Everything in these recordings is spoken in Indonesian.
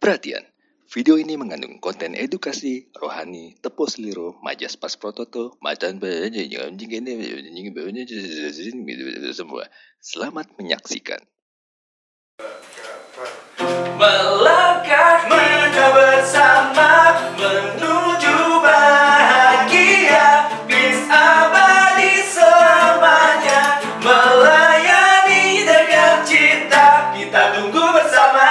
Perhatian, video ini mengandung konten edukasi, rohani, tepo seliro, majas pas prototo, macan semua. Selamat menyaksikan. Melangkah kita bersama menuju bahagia, bis abadi selamanya, melayani dengan cinta, kita tunggu bersama.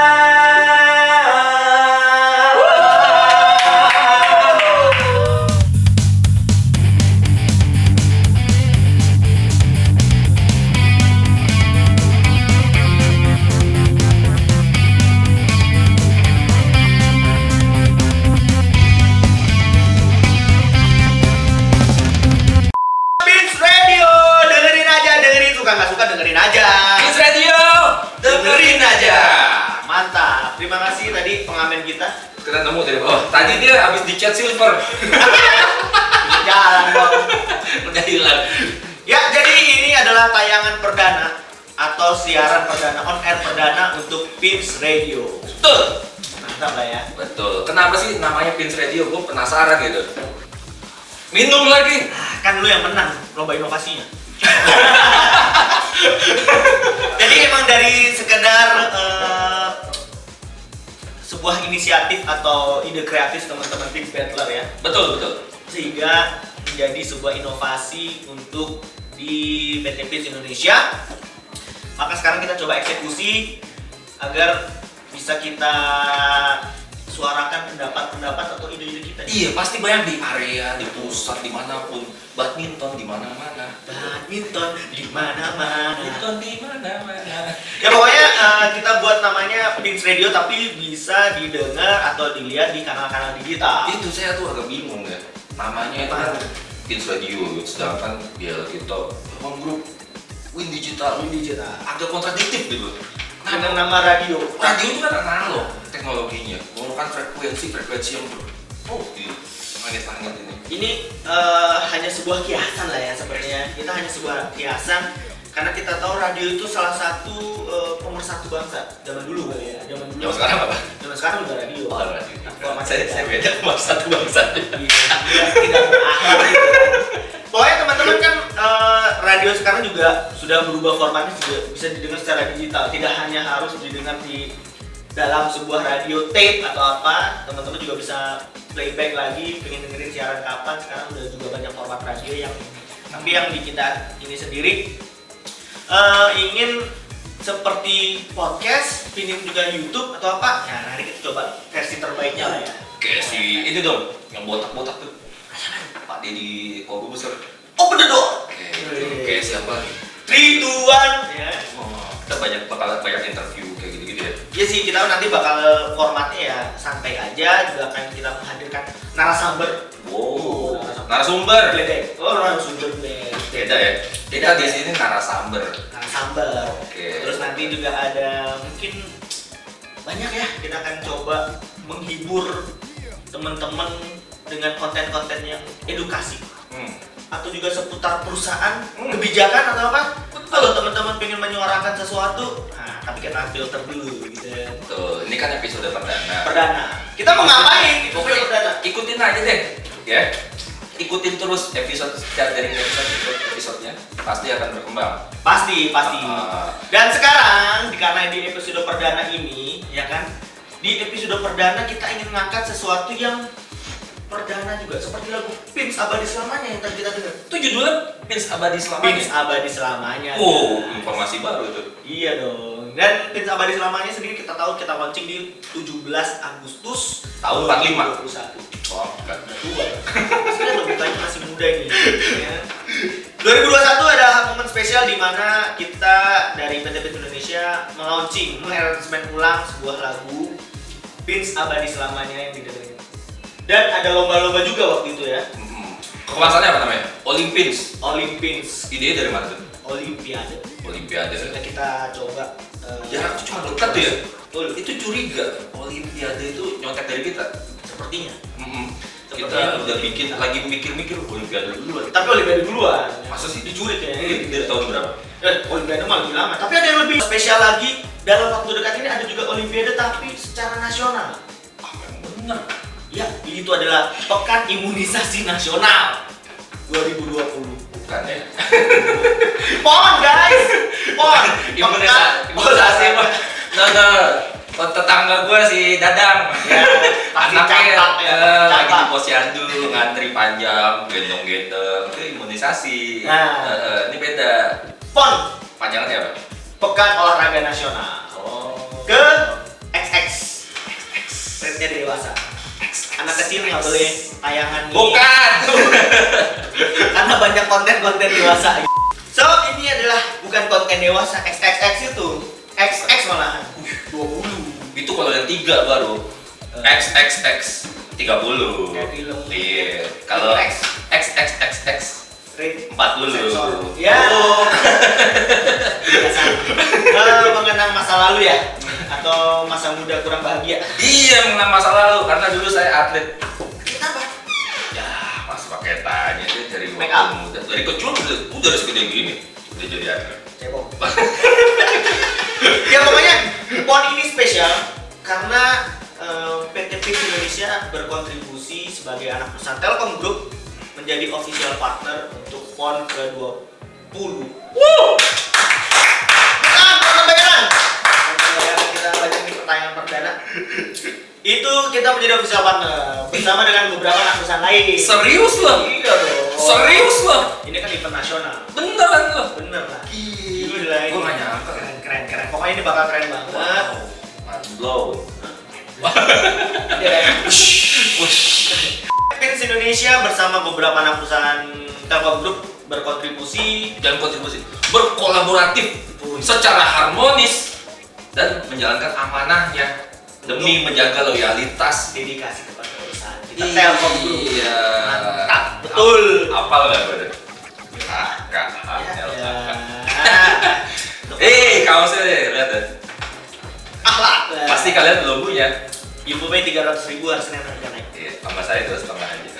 Terima kasih tadi pengamen kita. Kita nemu dari bawah. Tadi dia habis dicat silver. Jalan dong. Udah hilang. Ya, jadi ini adalah tayangan perdana atau siaran perdana, on air perdana untuk Pins Radio. Betul. Mantap lah ya. Betul. Kenapa sih namanya Pins Radio? Gue penasaran gitu. Minum lagi. Kan lu yang menang lomba inovasinya. Jadi emang dari sekedar sebuah inisiatif atau ide kreatif teman-teman Pins Battler ya. Betul. Sehingga menjadi sebuah inovasi untuk di PT Pins Indonesia. Maka sekarang kita coba eksekusi agar bisa kita suarakan pendapat-pendapat atau ide-ide kita. Iya, pasti banyak di area, di pusat, dimanapun. Badminton di mana-mana. Badminton di mana-mana. Badminton di mana-mana. Ya pokoknya kita buat namanya Pins Radio tapi bisa didengar atau dilihat di kanal-kanal digital. Itu saya tuh agak bingung ya. Namanya itu kan Pins Radio, sedangkan dia kita memang grup Win Digital. Agak kontradiktif gitu. Dengan nama radio. Radio itu kan analog teknologinya, menggunakan frekuensi yang di langit-langit ini. Ini hanya sebuah kiasan lah ya sebenarnya. Kita hanya sebuah kiasan karena kita tahu radio itu salah satu pemersatu bangsa zaman dulu kali ya. Zaman sekarang apa? Zaman sekarang udah radio. Oh, radio. Saya beda pemersatu bangsa. Iya, tidak berakhir gitu. Pokoknya teman-teman kan radio sekarang juga sudah berubah formatnya, juga bisa didengar secara digital. Tidak hanya harus didengar di dalam sebuah radio tape atau apa, teman-teman juga bisa playback lagi, pengen dengerin siaran kapan. Sekarang udah juga banyak format radio yang, tapi yang di kita ini sendiri ingin seperti podcast, pingin juga YouTube atau apa. Nah, nanti kita coba versi terbaiknya lah ya. Kayak si ini dong, yang botak-botak tuh. Pak Deddy Corbuzier. Oh bener dong. Kayak siapa nih? 3, 2, 1 ya. Kita bakal banyak interview kayak gitu-gitu ya. Iya sih, kita nanti bakal formatnya ya santai aja, juga akan kita menghadirkan narasumber. Wow, narasumber. Bledek. Oh, narasumber Beda ya. Kita di sini narasumber. Oke. Terus nanti juga ada mungkin banyak ya, kita akan coba menghibur teman-teman dengan konten-konten yang edukasi. Atau juga seputar perusahaan, kebijakan atau apa. Kalau teman-teman pengen menyuarakan sesuatu, nah tapi kita filter dulu gitu. Tuh, ini kan episode perdana. Kita mau ngapain? Pokoknya perdana. Ikutin aja deh, ya. Ikutin terus episode dari episode-nya, pasti akan berkembang. Pasti. Dan sekarang karena di episode perdana ini, ya kan? Di episode perdana kita ingin mengangkat sesuatu yang perdana juga, seperti lagu Pins Abadi Selamanya yang tadi kita dengar. Itu judulnya Pins Abadi Selamanya. Pins Abadi Selamanya. Oh, informasi baru itu. Iya dong. Dan Pins Abadi Selamanya sendiri kita tahu kita launching di 17 Agustus tahun 2021. Oh, enggak. Tua. Sebenarnya logikanya masih muda ini. Ya. 2021 ada momen spesial di mana kita dari PT Pins Indonesia mengaransemen ulang sebuah lagu Pins Abadi Selamanya yang didengarkan. Dan ada lomba-lomba juga waktu itu ya. Kemasannya apa namanya? Olimpins. Ide dari mana tuh? Olimpiade. Kita coba. Jarak itu cuma dekat tuh ya. Betul. Itu curiga. Olimpiade itu nyontek dari kita. Sepertinya. Kita udah lagi mikir-mikir Olimpiade duluan. Tapi Olimpiade duluan. Masa sih? Dicuri ya. Dari tahun berapa? Olimpiade mah lebih lama. Tapi ada yang lebih spesial lagi. Dalam waktu dekat ini ada juga Olimpiade tapi secara nasional. Yang bener. Ya, itu adalah Pekan Imunisasi Nasional 2020. Bukan ya? PON guys, PON. Imunisasi mah. Tetangga gue si Dadang, ya, anaknya lagi di posyandu ngantri panjang, gendong-gendong, itu imunisasi. Nah. Ini beda. PON, Panjangannya apa? Pekan Olahraga Nasional. Oh. Ke XX, rate-nya dewasa. Anak kecil nggak boleh tayangan nih. Bukan. Karena banyak konten-konten dewasa. So ini adalah bukan konten dewasa, XXX itu, XX malahan. 20. Itu kalau yang 3 baru XXX 30. Kayak film. Iya. Kalau X. XXXX Rate 40. sensor. Ya. Oh. Biasa. Mengenang masa lalu ya, atau masa muda kurang bahagia. Iya, mengenang masa lalu karena dulu saya atlet. Kenapa? Ya, mas pakai tanya dia dari Make waktu up. muda. Dari kecil udah segede gini udah jadi atlet. Cebong. Ya pokoknya PON ini spesial karena PT Pix Indonesia berkontribusi sebagai anak perusahaan Telkom Group menjadi official partner untuk PON ke-20. Bayaran kita baca di pertanyaan perdana. Itu kita menjadi official partner bersama dengan beberapa anak perusahaan lain. Serius loh? Iya dong. Serius loh? Ini kan event nasional. Beneran loh? Bener lah. Gila, gue nggak nyangka. Keren. Pokoknya ini bakal keren banget. Mind blown. Pins Indonesia bersama beberapa anak perusahaan Telkom Group berkontribusi berkolaboratif secara harmonis dan menjalankan amanahnya demi menjaga loyalitas. dedikasi kepada perusahaan kita Telkom Group. Iya. Mantap, betul. Apal nggak gue? Kaosnya deh, lihat deh. Akhlak. Pasti kalian belum punya. giveaway 300.000 harusnya naik. Iya, tambah saya 2,5 aja.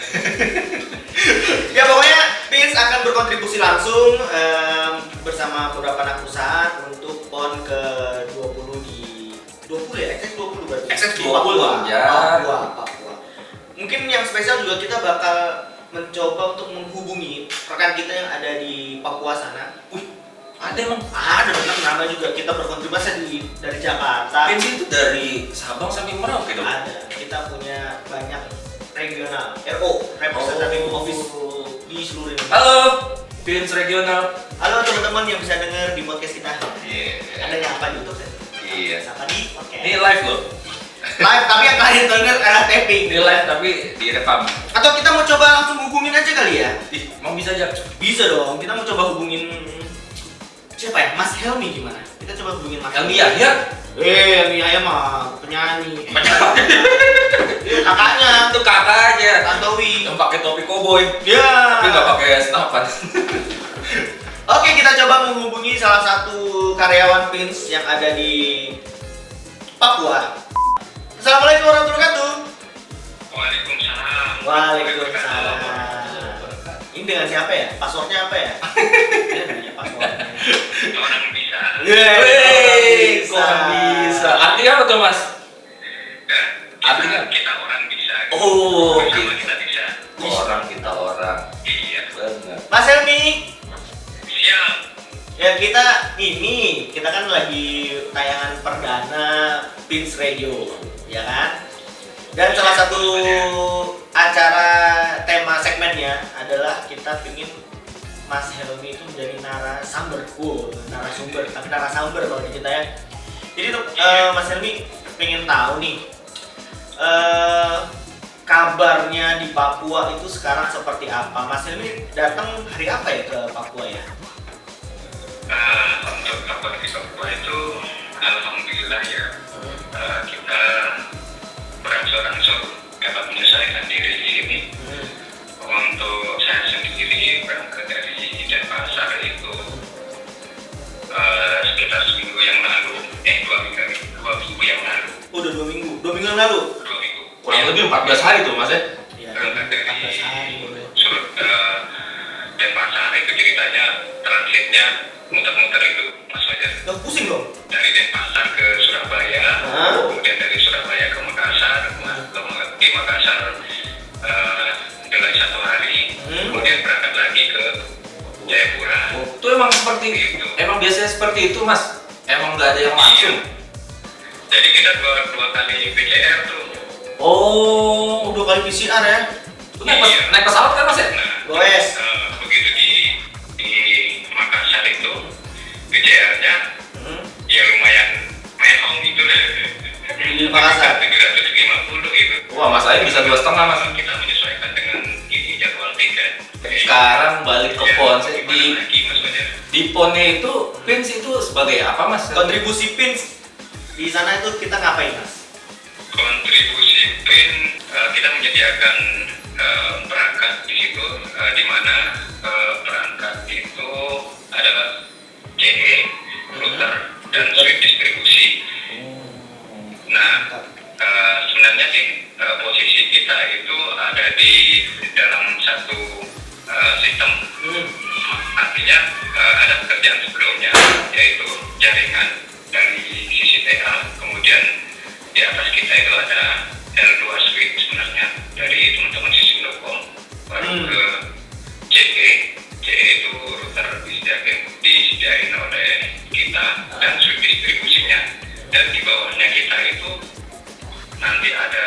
Ya pokoknya Pins akan berkontribusi langsung bersama beberapa anak perusahaan untuk PON ke-20 di 20 ya, XX20 berarti. XX20 Di Papua. ya. Papua. Mungkin yang spesial juga kita bakal mencoba untuk menghubungi rekan kita yang ada di Papua sana. Ada emang? Ada benar nama juga kita berkontribusi dari Jakarta. Pins itu dari Sabang sampai Merauke dong? Ada. Kita punya banyak regional RO representative office di seluruh Indonesia. Halo, Pins regional. Halo teman-teman yang bisa dengar di podcast kita. Iya. Ada nyapa di YouTube kan? Iya. Siapa di podcast? Ini live loh. Live tapi yang kalian denger adalah taping. Ini live tapi direkam. Atau kita mau coba langsung hubungin aja kali ya? Ih, mau bisa aja. Bisa dong. Kita mau coba hubungin siapa ya? Mas Helmi gimana? Kita coba hubungin Mas Helmi ya? Helmi Yahya mah penyanyi. Itu kakaknya. Itu kakaknya. Tantowi. Yang pakai topi koboi. Ya. Tapi nggak pakai senapan. Oke, kita coba menghubungi salah satu karyawan Pins yang ada di Papua. Assalamualaikum warahmatullahi wabarakatuh. Waalaikumsalam. Waalaikumsalam. Ini dengan siapa ya? Passwordnya apa ya? Ini nanya passwordnya. Orang bisa. Wih, kok bisa? Artinya apa tuh mas? Ya, Artinya? kita orang bisa. Oh, Sama kita bisa. Orang kita orang. Iya. Benar. Mas Helmi, Siap. ya kita kan lagi tayangan perdana Pins Radio, ya kan? Dan salah satu acara tema segmennya adalah kita pingin Mas Helmi itu menjadi narasumber, tapi narasumber kalau di kita ya. Jadi tuh Mas Helmi pengen tahu nih kabarnya di Papua itu sekarang seperti apa? Mas Helmi datang hari apa ya ke Papua ya? Untuk kabar di Papua itu, alhamdulillah ya, kita berangsur-angsur dapat menyelesaikan diri di sini. Untuk saya sendiri berangkat dari Denpasar itu sekitar seminggu yang lalu, 2 minggu yang lalu. Udah 2 minggu, 2 minggu yang lalu. 2 minggu. Kurang lebih 14 hari tuh mas ya? Iya, Berangkat dari 14 hari. Denpasar itu ceritanya transitnya muter-muter itu Mas Fajar. Gak pusing dong? Dari Denpasar ke Surabaya, Hah? kemudian dari Surabaya ke emang biasanya seperti itu mas? Emang nggak ada yang langsung? Jadi kita dua kali PCR tuh. Oh, 2 kali PCR ya? Naik pesawat kan mas ya? Nah, Goes. begitu di Makassar itu PCR-nya ya lumayan mehong gitu. Di Makassar 750 gitu. Wah mas Aing bisa 2,5 mas. Kita menyesuaikan dengan ini jadwal tiket. Sekarang balik ke PON. Lagi Mas Fajar. Di PON-nya itu PINS itu sebagai apa mas? kontribusi PINS di sana itu kita ngapain mas? Kontribusi PIN kita menyediakan perangkat di situ di mana perangkat itu adalah CE, router dan switch distribusi. Nah, sebenarnya sih posisi kita itu ada di dalam satu sistem. Artinya ada pekerjaan sebelumnya yaitu jaringan dari sisi TA, kemudian di atas kita itu ada L2 switch sebenarnya dari teman-teman sisi Indocom, baru ke CE. CE itu router disediain oleh kita dan switch distribusinya, dan di bawahnya kita itu nanti ada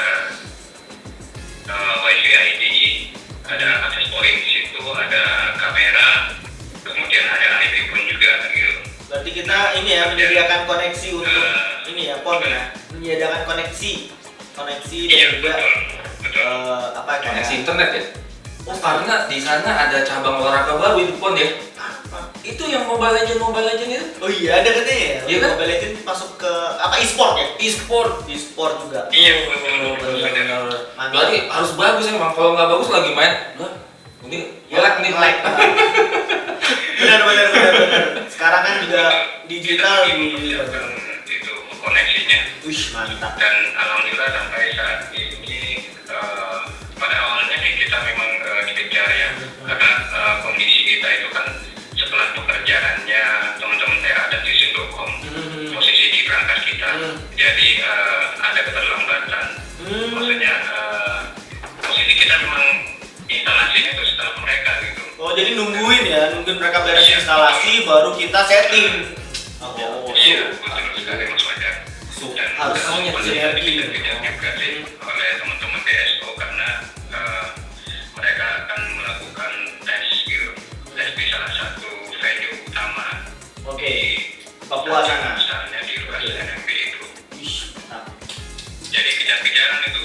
WiFi ID, ada access point di situ, ada kamera, kemudian ada IP pun juga gitu. Berarti kita ini ya menyediakan koneksi untuk ini ya PON ya, menyediakan koneksi dan Iya, juga betul. apa kayak Koneksi internet ya? Oh karena di sana ada cabang olahraga baru di PON ya? Itu yang Mobile Legends itu? Oh iya ada katanya ya. Iya kan? Mobile Legends masuk ke apa e-sport ya? E-sport. E-sport juga. Iya, betul. Oh benar-benar. Mantap. Berarti harus bagus emang. Kalau nggak bagus lagi main, ini melek nih. Melek. Benar. Sekarang kan juga digital Kita di mempersiapkan itu koneksinya. Wih mantap. Dan alhamdulillah sampai saat ini pada awalnya sih kita memang dikejar ya, karena kondisi kita itu kan setelah pekerjaannya teman-teman TA dan di Indocom, posisi di perangkat kita, jadi ada keterlambatan. Maksudnya posisi kita memang instalasinya itu setelah mereka gitu. Oh jadi nungguin mereka beres instalasi baru kita setting. Oke. Iya, betul sekali Mas Fajar. Dan Harus perlu sinergi. dikejar juga sih oleh teman-teman DSO karena mereka akan melakukan tes gitu, tes di salah satu venue utama Oke. di Papua sana. misalnya di luar NMB itu. Wih mantap. Jadi kejar-kejaran itu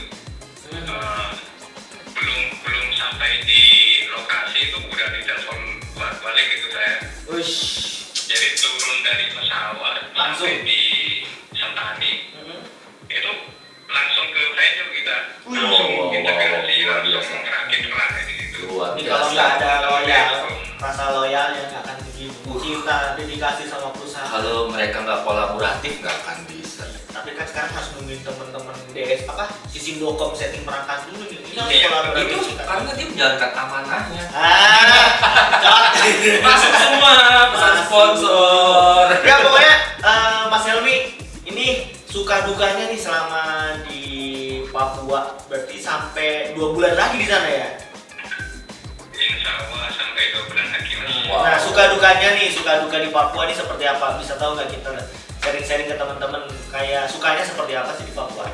belum sampai di lokasi itu udah ditelepon balik gitu saya. Wih. Jadi turun dari pesawat Langsung. sampai di Sentani itu langsung ke venue kita, langsung integrasi, luar langsung biasa. ngerakit lah di situ. Luar Ini kalau biasa. nggak ada loyal, rasa loyal ya nggak akan begitu. Cinta, dedikasi sama perusahaan. Kalau mereka nggak kolaboratif nggak akan bisa. Tapi kan sekarang harus nungguin teman-teman DS sisi Indocom setting perangkat dulu nih. Ini harus Iya, kolaborasi. Itu karena dia menjalankan amanahnya. Cot. Masuk semua pesan sponsor. Ya pokoknya Mas Helmi ini suka dukanya nih selama di Papua. Berarti sampai 2 bulan lagi di sana ya. Insya Allah sampai 2 bulan lagi Mas. Wow. Nah suka dukanya nih, suka duka di Papua ini seperti apa? Bisa tahu nggak kita sharing-sharing ke teman-teman kayak sukanya seperti apa sih di Papua?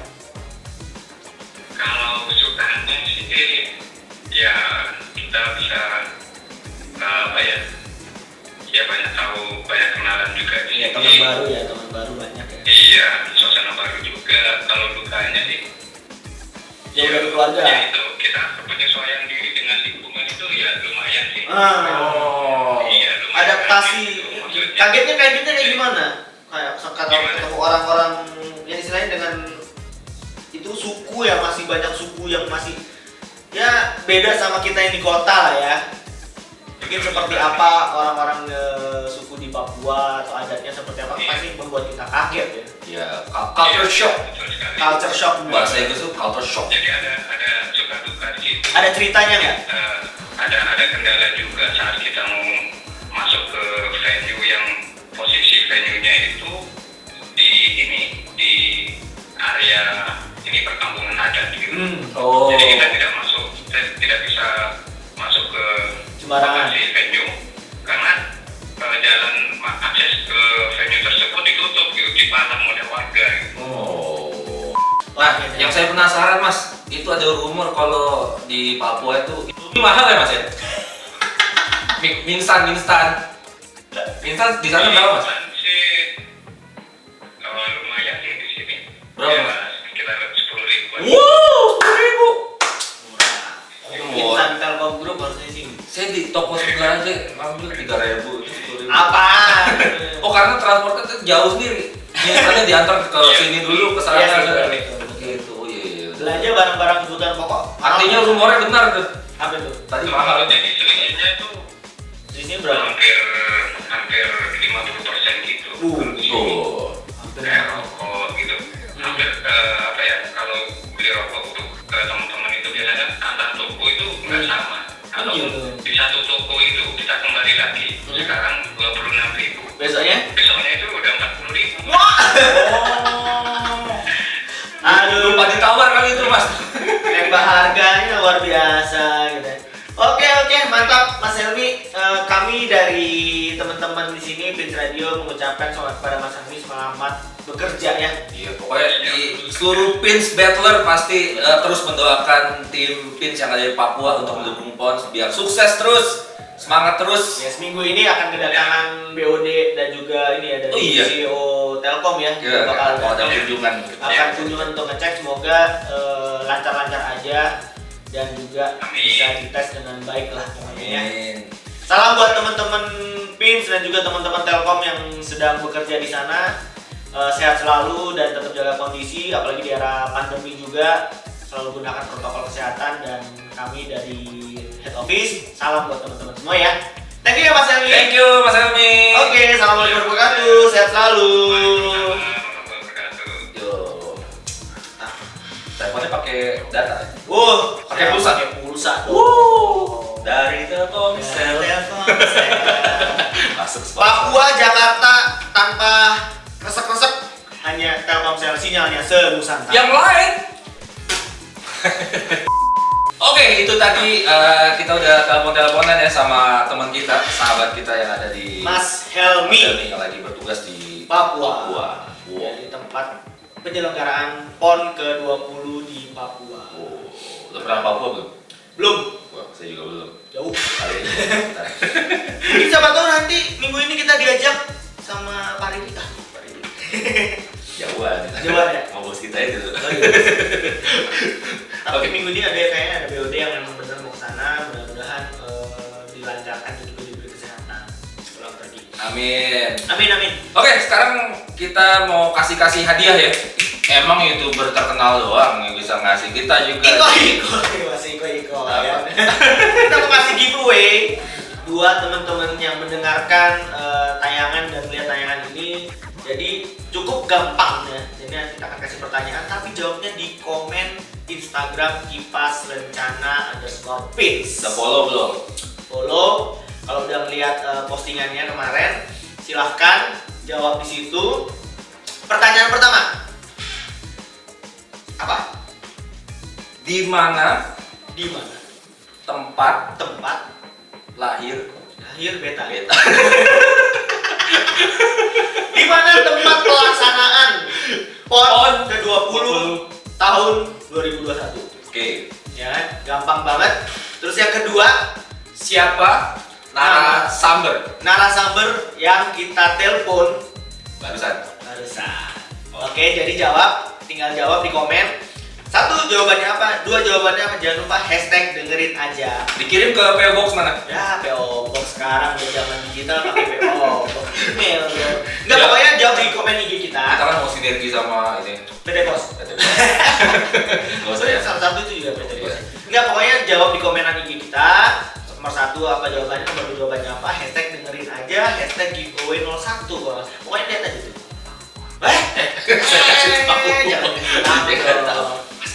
Kalau sukanya sih ya kita bisa apa ya? Ya banyak tahu, banyak kenalan juga di Iya sini. teman baru banyak ya. Iya, suasana baru juga. Kalau dukanya sih Jauh dari keluarga. ya itu kita penyesuaian diri dengan lingkungan itu ya lumayan sih. Oh. Iya, lumayan. Adaptasi. Gitu, maksudnya. Kagetnya kayak gimana? Kayak kalau ketemu orang-orang yang istilahnya dengan itu suku ya, masih banyak suku yang masih ya beda sama kita yang di kota lah ya. Mungkin seperti apa orang-orang suku di Papua atau adatnya seperti apa pasti membuat kita kaget ya. Ya, culture shock. Betul sekali. Culture shock. Bahasa Inggris itu culture shock. Jadi ada suka duka di situ. Ada ceritanya nggak? Ada kendala juga saat kita mau masuk ke venue yang posisi venue-nya itu di area ini perkampungan adat gitu. Oh. Jadi kita tidak bisa masuk ke Sembarangan. lokasi venue karena jalan malam oleh warga. Oh. Nah, yang saya penasaran Mas, itu ada rumor kalau di Papua itu mahal ya Mas ya? Mie instan di sana berapa Mas? Sih lumayan sih di sini. Berapa, Ya, Mas? sekitar 10.000. Wow, 10.000. Instan Telkom Group harusnya sih. Saya di toko sebelah aja ambil 3.000 itu 10.000. Apa? Oh karena transportnya tuh jauh sendiri. Biasanya diantar ke sini dulu ke sana. Iya, Gitu. Oh iya. Belanja barang-barang kebutuhan pokok. Artinya rumornya benar tuh. Apa itu? Tadi Kalau mahal. jadi selisihnya itu Di sini berapa? hampir 50% gitu. Oh. Kayak rokok gitu. Hampir apa ya? Kalau beli rokok untuk ke teman-teman itu biasanya antar toko itu nggak sama. Kalau Gitu. di satu toko itu kita kembali lagi sekarang 26.000. Besoknya? Besoknya itu udah 40.000. Wah. Aduh, Lupa ditawar kali itu Mas. nambah harganya luar biasa gitu. Oke, mantap Mas Helmi. Kami dari teman-teman di sini Pins Radio mengucapkan selamat kepada Mas Helmi, selamat bekerja ya. Iya, pokoknya di seluruh Pins Battler pasti terus mendoakan tim Pins yang ada di Papua untuk mendukung Pons biar sukses terus, semangat terus. Ya, seminggu ini akan kedatangan BOD dan juga ini ya dari Oh, iya. CEO Telkom ya. Ya, bakal kalau ada datang. kunjungan. Akan kunjungan untuk ngecek, semoga lancar-lancar aja dan juga bisa dites dengan baik lah pokoknya ya. Amin. Salam buat teman-teman Pins dan juga teman-teman Telkom yang sedang bekerja di sana. Sehat selalu dan tetap jaga kondisi, apalagi di era pandemi juga. Selalu gunakan protokol kesehatan dan kami dari Head Office salam buat teman-teman semua ya. Thank you ya Mas Helmi. Thank you Mas Helmi. Oke, assalamualaikum warahmatullahi wabarakatuh. Sehat selalu. Yo. Teleponnya pakai data. Pakai pulsa. Pakai pulsa. Dari Telkomsel. Telkomsel. Masuk Papua, Jakarta tanpa resek-resek, hanya Telkomsel, sinyalnya senusantara. Yang lain. Oke, itu tadi kita udah telepon-teleponan ya sama teman kita, sahabat kita yang ada di Mas Helmi yang lagi bertugas di Papua. Wow. Ya, di tempat penyelenggaraan PON ke-20 di Papua. Oh, udah pernah Papua belum? Belum, Wah, saya juga belum. jauh. Kali ini. Mungkin siapa tahu nanti minggu ini kita diajak sama Pak Riki. Jauhan. Jauhan ya? Mau bos kita itu. Tapi minggu ini kayaknya ada BOD yang memang benar mau ke sana. Mudah-mudahan dilancarkan dan juga diberi kesehatan pulang pergi. Amin. Amin. Oke, sekarang kita mau kasih hadiah ya. Emang YouTuber terkenal doang yang bisa ngasih, kita juga. Masih iko ya. Kita mau kasih giveaway buat teman-teman yang mendengarkan tayangan dan melihat tayangan ini. Jadi cukup gampang ya. Jadi nanti kita akan kasih pertanyaan, tapi jawabnya di komen Instagram @kipasrencana_pins. Udah follow belum? Follow. Kalau udah melihat postingannya kemarin, silahkan jawab di situ. Pertanyaan pertama, apa? Di mana Di mana tempat tempat lahir beta? beta? Di mana tempat pelaksanaan PON ke-20 tahun 2021? Oke. Ya, gampang banget. Terus yang kedua, Siapa narasumber yang kita telepon barusan? Oke, jadi tinggal jawab di komen. 1 jawabannya apa? 2 jawabannya apa? Jangan lupa hashtag dengerin aja. Dikirim ke PO Box mana? Ya, PO Box sekarang udah zaman digital pakai PO Box email. Enggak, Ya. pokoknya jawab di komen IG Kita kita. kan mau sinergi sama ini. PT Pos. Gak usah ya. Salah satu itu juga PT Pos. Enggak, pokoknya jawab di komenan IG kita. Nomor 1 apa jawabannya, nomor 2 jawabannya apa, hashtag dengerin aja, hashtag giveaway 01. Pokoknya lihat aja tuh. Saya kasih tahu. Jangan Dia nggak tahu.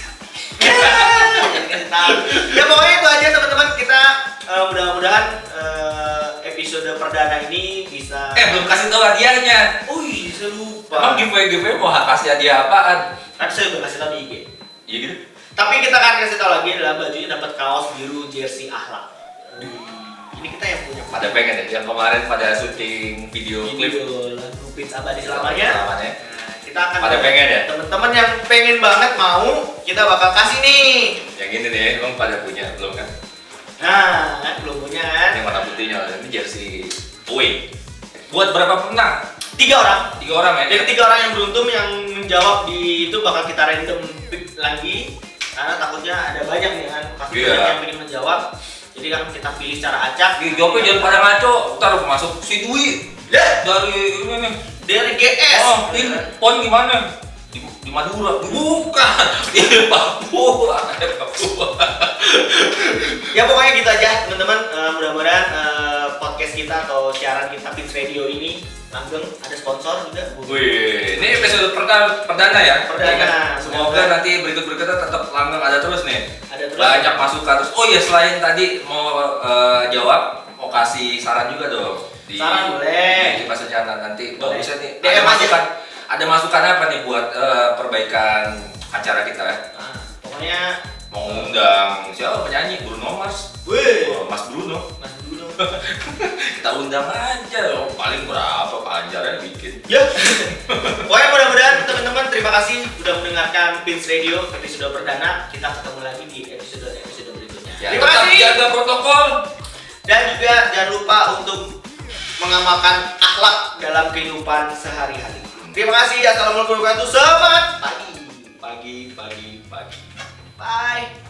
Ya pokoknya itu aja teman-teman, kita mudah-mudahan episode perdana ini bisa. Belum kasih tahu hadiahnya. Oh iya, saya lupa. Emang giveaway mau kasih hadiah apaan? Kan saya udah kasih tahu di IG. Iya gitu. Tapi kita akan kasih tahu lagi adalah bajunya dapat kaos biru jersey akhlak. Ini kita yang punya. Pada pengen ya, yang kemarin pada syuting video klip lagu Pins Abadi Selamanya. Selamanya. Nah, kita akan pada pengen ya? teman-teman yang pengen banget mau, kita bakal kasih nih. Yang ini nih, emang pada punya belum kan? Nah, kan belum punya kan? Yang warna putihnya, ini jersey away. Buat berapa pemenang? 3 orang. 3 orang ya? Jadi 3 orang yang beruntung yang menjawab di itu bakal kita random pick lagi. Karena takutnya ada banyak nih kan, pasti Iya. banyak yang ingin menjawab. Jadi kan kita pilih secara acak. Jawabnya jangan pada ngaco, ntar masuk si Dwi Ya, dari ini nih. dari GS. Oh, ini pon gimana? Di Madura? Bukan, di Papua. Ya pokoknya gitu aja teman-teman. Mudah-mudahan podcast kita atau siaran kita Pins Radio ini langgeng, ada sponsor juga. Wih, ini episode perdana ya? Perdana. Semoga nanti berikut-berikutnya tetap langgeng, ada terus nih. Ada terus. Banyak masukan terus. Oh iya, selain tadi mau jawab, mau kasih saran juga dong. Saran boleh. Di masa jalan nanti Boleh. bagusnya nih. DM aja. Ada masukan apa nih buat perbaikan acara kita ya? Nah, pokoknya Mau ngundang siapa penyanyi? Bruno Mars. wih, Mas Bruno. Mas dulu. Kita undang aja. Paling berapa panjarnya bikin. Ya. Pokoknya mudah-mudahan teman-teman terima kasih sudah mendengarkan Pins Radio episode perdana. Kita ketemu lagi di episode berikutnya. Ya, Terima tetap kasih. jaga protokol. Dan juga jangan lupa untuk mengamalkan akhlak dalam kehidupan sehari-hari. Terima kasih. Assalamualaikum warahmatullahi wabarakatuh. Semangat pagi. Bye.